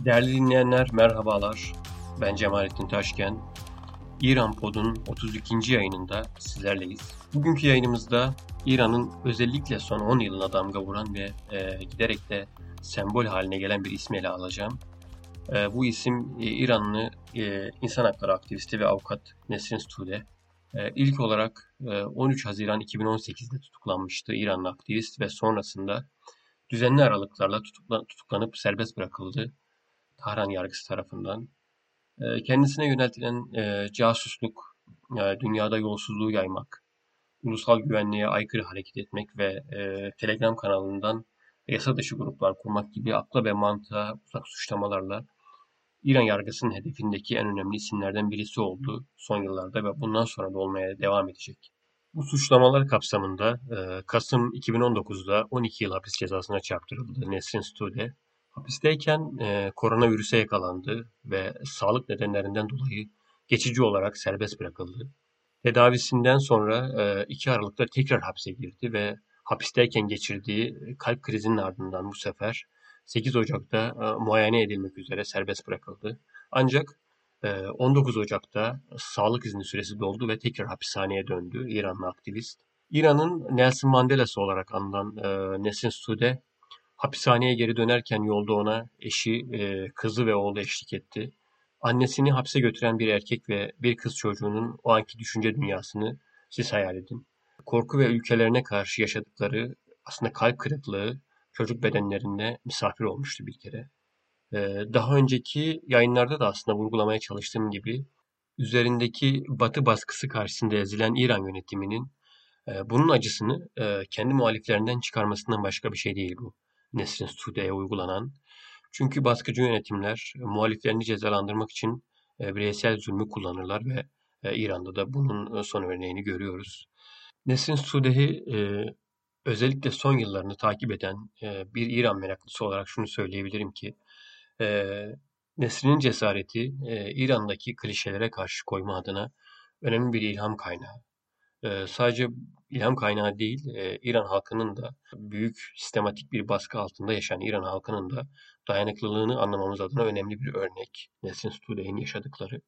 Değerli dinleyenler, merhabalar. Ben Cemalettin Taşken. İran Pod'un 32. yayınında sizlerleyiz. Bugünkü yayınımızda İran'ın özellikle son 10 yılına damga vuran ve giderek de sembol haline gelen bir ismi ele alacağım. Bu isim İranlı insan hakları aktivisti ve avukat Nesrin Sotoudeh. İlk olarak 13 Haziran 2018'de tutuklanmıştı İranlı aktivist ve sonrasında düzenli aralıklarla tutuklanıp serbest bırakıldı Tahran yargısı tarafından. Kendisine yöneltilen casusluk, dünyada yolsuzluğu yaymak, ulusal güvenliğe aykırı hareket etmek ve Telegram kanalından yasa dışı gruplar kurmak gibi akla ve mantığa uzak suçlamalarla İran yargısının hedefindeki en önemli isimlerden birisi oldu son yıllarda ve bundan sonra da olmaya devam edecek. Bu suçlamalar kapsamında Kasım 2019'da 12 yıl hapis cezasına çarptırıldı Nesrin Sotoudeh. Hapisteyken koronavirüse yakalandı ve sağlık nedenlerinden dolayı geçici olarak serbest bırakıldı. Tedavisinden sonra 2 Aralık'ta tekrar hapse girdi ve hapisteyken geçirdiği kalp krizinin ardından bu sefer 8 Ocak'ta muayene edilmek üzere serbest bırakıldı. Ancak 19 Ocak'ta sağlık izni süresi doldu ve tekrar hapishaneye döndü İranlı aktivist. İran'ın Nelson Mandela'sı olarak anılan Nesrin Sotoudeh hapishaneye geri dönerken yolda ona eşi, kızı ve oğlu eşlik etti. Annesini hapse götüren bir erkek ve bir kız çocuğunun o anki düşünce dünyasını siz hayal edin. Korku ve ülkelerine karşı yaşadıkları aslında kalp kırıklığı çocuk bedenlerinde misafir olmuştu bir kere. Daha önceki yayınlarda da aslında vurgulamaya çalıştığım gibi üzerindeki Batı baskısı karşısında ezilen İran yönetiminin bunun acısını kendi muhaliflerinden çıkarmasından başka bir şey değil bu. Nesrin Sotoudeh'e uygulanan. Çünkü baskıcı yönetimler muhaliflerini cezalandırmak için bireysel zulmü kullanırlar ve İran'da da bunun son örneğini görüyoruz. Nesrin Sotoudeh'i özellikle son yıllarını takip eden bir İran meraklısı olarak şunu söyleyebilirim ki Nesrin'in cesareti İran'daki klişelere karşı koyma adına önemli bir ilham kaynağı. Sadece ilham kaynağı değil, İran halkının da büyük sistematik bir baskı altında yaşayan İran halkının da dayanıklılığını anlamamız adına önemli bir örnek. Nesrin Sotoudeh'in yaşadıkları.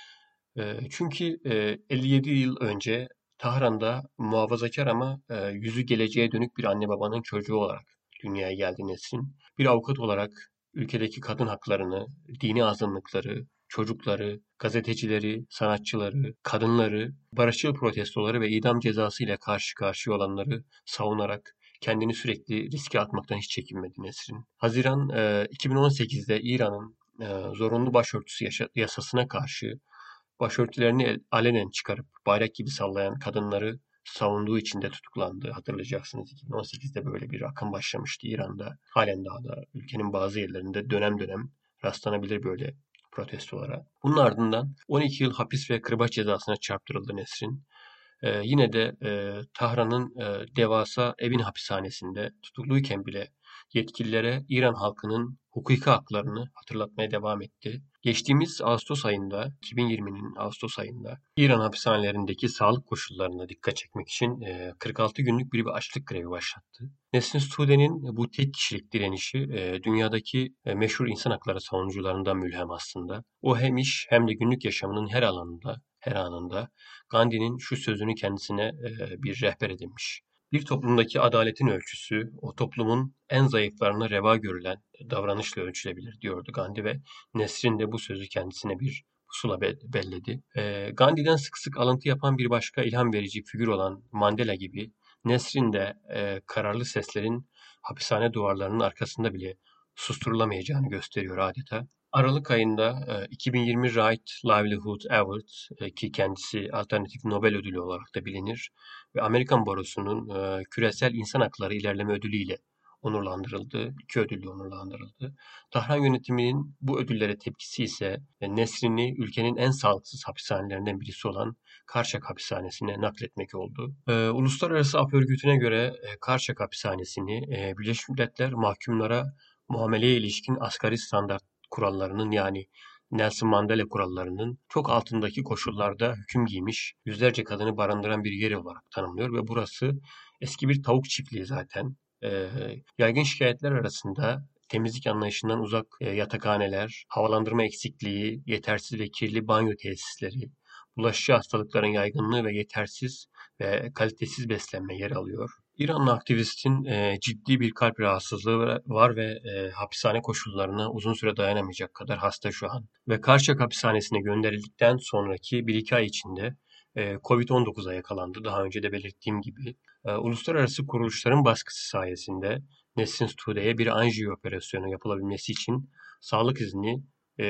Çünkü 57 yıl önce Tahran'da muhafazakar ama yüzü geleceğe dönük bir anne babanın çocuğu olarak dünyaya geldi Nesrin. Bir avukat olarak ülkedeki kadın haklarını, dini azınlıkları, çocukları, gazetecileri, sanatçıları, kadınları, barışçıl protestoları ve idam cezası ile karşı karşıya olanları savunarak kendini sürekli riske atmaktan hiç çekinmedi Nesrin. Haziran 2018'de İran'ın zorunlu başörtüsü yasasına karşı başörtülerini alenen çıkarıp bayrak gibi sallayan kadınları savunduğu için de tutuklandı. Hatırlayacaksınız 2018'de böyle bir akım başlamıştı İran'da. Halen daha da ülkenin bazı yerlerinde dönem dönem rastlanabilir böyle protestolara. Bunun ardından 12 yıl hapis ve kırbaç cezasına çarptırıldı Nesrin. Yine de Tahran'ın devasa evin hapishanesinde tutukluyken bile yetkililere İran halkının hukuki haklarını hatırlatmaya devam etti. Geçtiğimiz Ağustos ayında, 2020'nin Ağustos ayında İran hapishanelerindeki sağlık koşullarına dikkat çekmek için 46 günlük bir açlık grevi başlattı. Nesrin Sotoudeh'in bu tek kişilik direnişi dünyadaki meşhur insan hakları savunucularından mülhem aslında. O hem iş hem de günlük yaşamının her alanında, her anında Gandhi'nin şu sözünü kendisine bir rehber edinmiş. Bir toplumdaki adaletin ölçüsü, o toplumun en zayıflarına reva görülen davranışla ölçülebilir diyordu Gandhi ve Nesrin de bu sözü kendisine bir pusula belledi. Gandhi'den sık sık alıntı yapan bir başka ilham verici figür olan Mandela gibi Nesrin de kararlı seslerin hapishane duvarlarının arkasında bile susturulamayacağını gösteriyor adeta. Aralık ayında 2020 Right Livelihood Award ki kendisi Alternatif Nobel Ödülü olarak da bilinir ve Amerikan Barosu'nun Küresel İnsan Hakları İlerleme Ödülü ile onurlandırıldı. İki ödülle onurlandırıldı. Tahran yönetiminin bu ödüllere tepkisi ise Nesrin'i ülkenin en sağlıksız hapishanelerinden birisi olan Karşak hapishanesine nakletmek oldu. Uluslararası Af Örgütü'ne göre Karşak hapishanesini Birleşmiş Milletler mahkumlara muameleye ilişkin asgari standart kurallarının yani Nelson Mandela kurallarının çok altındaki koşullarda hüküm giymiş yüzlerce kadını barındıran bir yer olarak tanımlıyor ve burası eski bir tavuk çiftliği zaten. Yaygın şikayetler arasında temizlik anlayışından uzak yatakhaneler, havalandırma eksikliği, yetersiz ve kirli banyo tesisleri, bulaşıcı hastalıkların yaygınlığı ve yetersiz ve kalitesiz beslenme yer alıyor. İranlı aktivistin ciddi bir kalp rahatsızlığı var ve hapishane koşullarına uzun süre dayanamayacak kadar hasta şu an. Ve Karşıyaka hapishanesine gönderildikten sonraki 1-2 ay içinde Covid-19'a yakalandı. Daha önce de belirttiğim gibi. Uluslararası kuruluşların baskısı sayesinde Nesrin Stude'ye bir anjiyo operasyonu yapılabilmesi için sağlık izni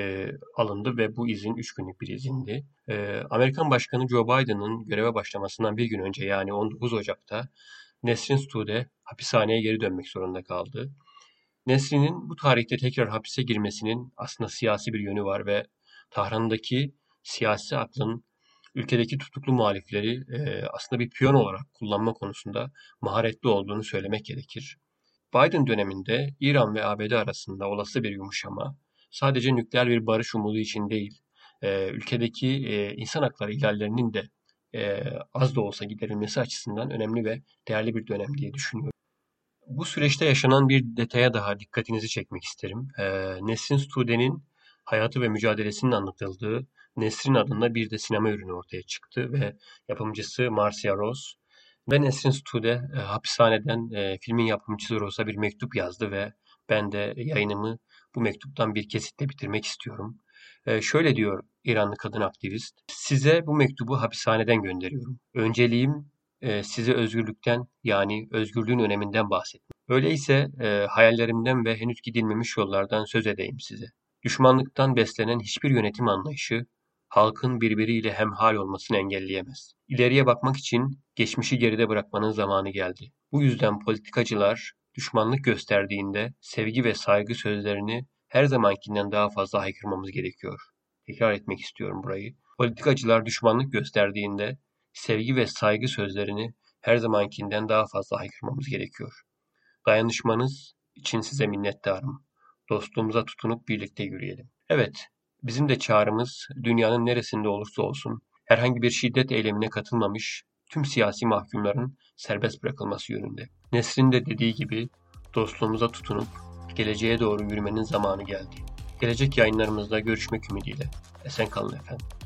alındı ve bu izin 3 günlük bir izindi. Amerikan Başkanı Joe Biden'ın göreve başlamasından bir gün önce, yani 19 Ocak'ta Nesrin Stude hapishaneye geri dönmek zorunda kaldı. Nesrin'in bu tarihte tekrar hapise girmesinin aslında siyasi bir yönü var ve Tahran'daki siyasi aklın ülkedeki tutuklu muhalifleri aslında bir piyon olarak kullanma konusunda maharetli olduğunu söylemek gerekir. Biden döneminde İran ve ABD arasında olası bir yumuşama sadece nükleer bir barış umudu için değil, ülkedeki insan hakları ihlallerinin de az da olsa giderilmesi açısından önemli ve değerli bir dönem diye düşünüyorum. Bu süreçte yaşanan bir detaya daha dikkatinizi çekmek isterim. Nesrin Stude'nin hayatı ve mücadelesinin anlatıldığı Nesrin adında bir de sinema ürünü ortaya çıktı ve yapımcısı Marcia Rose ve Nesrin Stude hapishaneden filmin yapımcısı Rose'a bir mektup yazdı ve ben de yayınımı bu mektuptan bir kesitle bitirmek istiyorum. Şöyle diyor İranlı kadın aktivist: "Size bu mektubu hapishaneden gönderiyorum. Önceliğim size özgürlükten, yani özgürlüğün öneminden bahsetmek. Öyleyse hayallerimden ve henüz gidilmemiş yollardan söz edeyim size. Düşmanlıktan beslenen hiçbir yönetim anlayışı halkın birbiriyle hemhal olmasını engelleyemez. İleriye bakmak için geçmişi geride bırakmanın zamanı geldi. Bu yüzden politikacılar düşmanlık gösterdiğinde sevgi ve saygı sözlerini her zamankinden daha fazla haykırmamız gerekiyor." Tekrar etmek istiyorum burayı. Politikacılar düşmanlık gösterdiğinde sevgi ve saygı sözlerini her zamankinden daha fazla haykırmamız gerekiyor. Dayanışmanız için size minnettarım. Dostluğumuza tutunup birlikte yürüyelim. Evet, bizim de çağrımız dünyanın neresinde olursa olsun herhangi bir şiddet eylemine katılmamış tüm siyasi mahkumların serbest bırakılması yönünde. Nesrin de dediği gibi dostluğumuza tutunup geleceğe doğru yürümenin zamanı geldi. Gelecek yayınlarımızda görüşmek ümidiyle. Esen kalın efendim.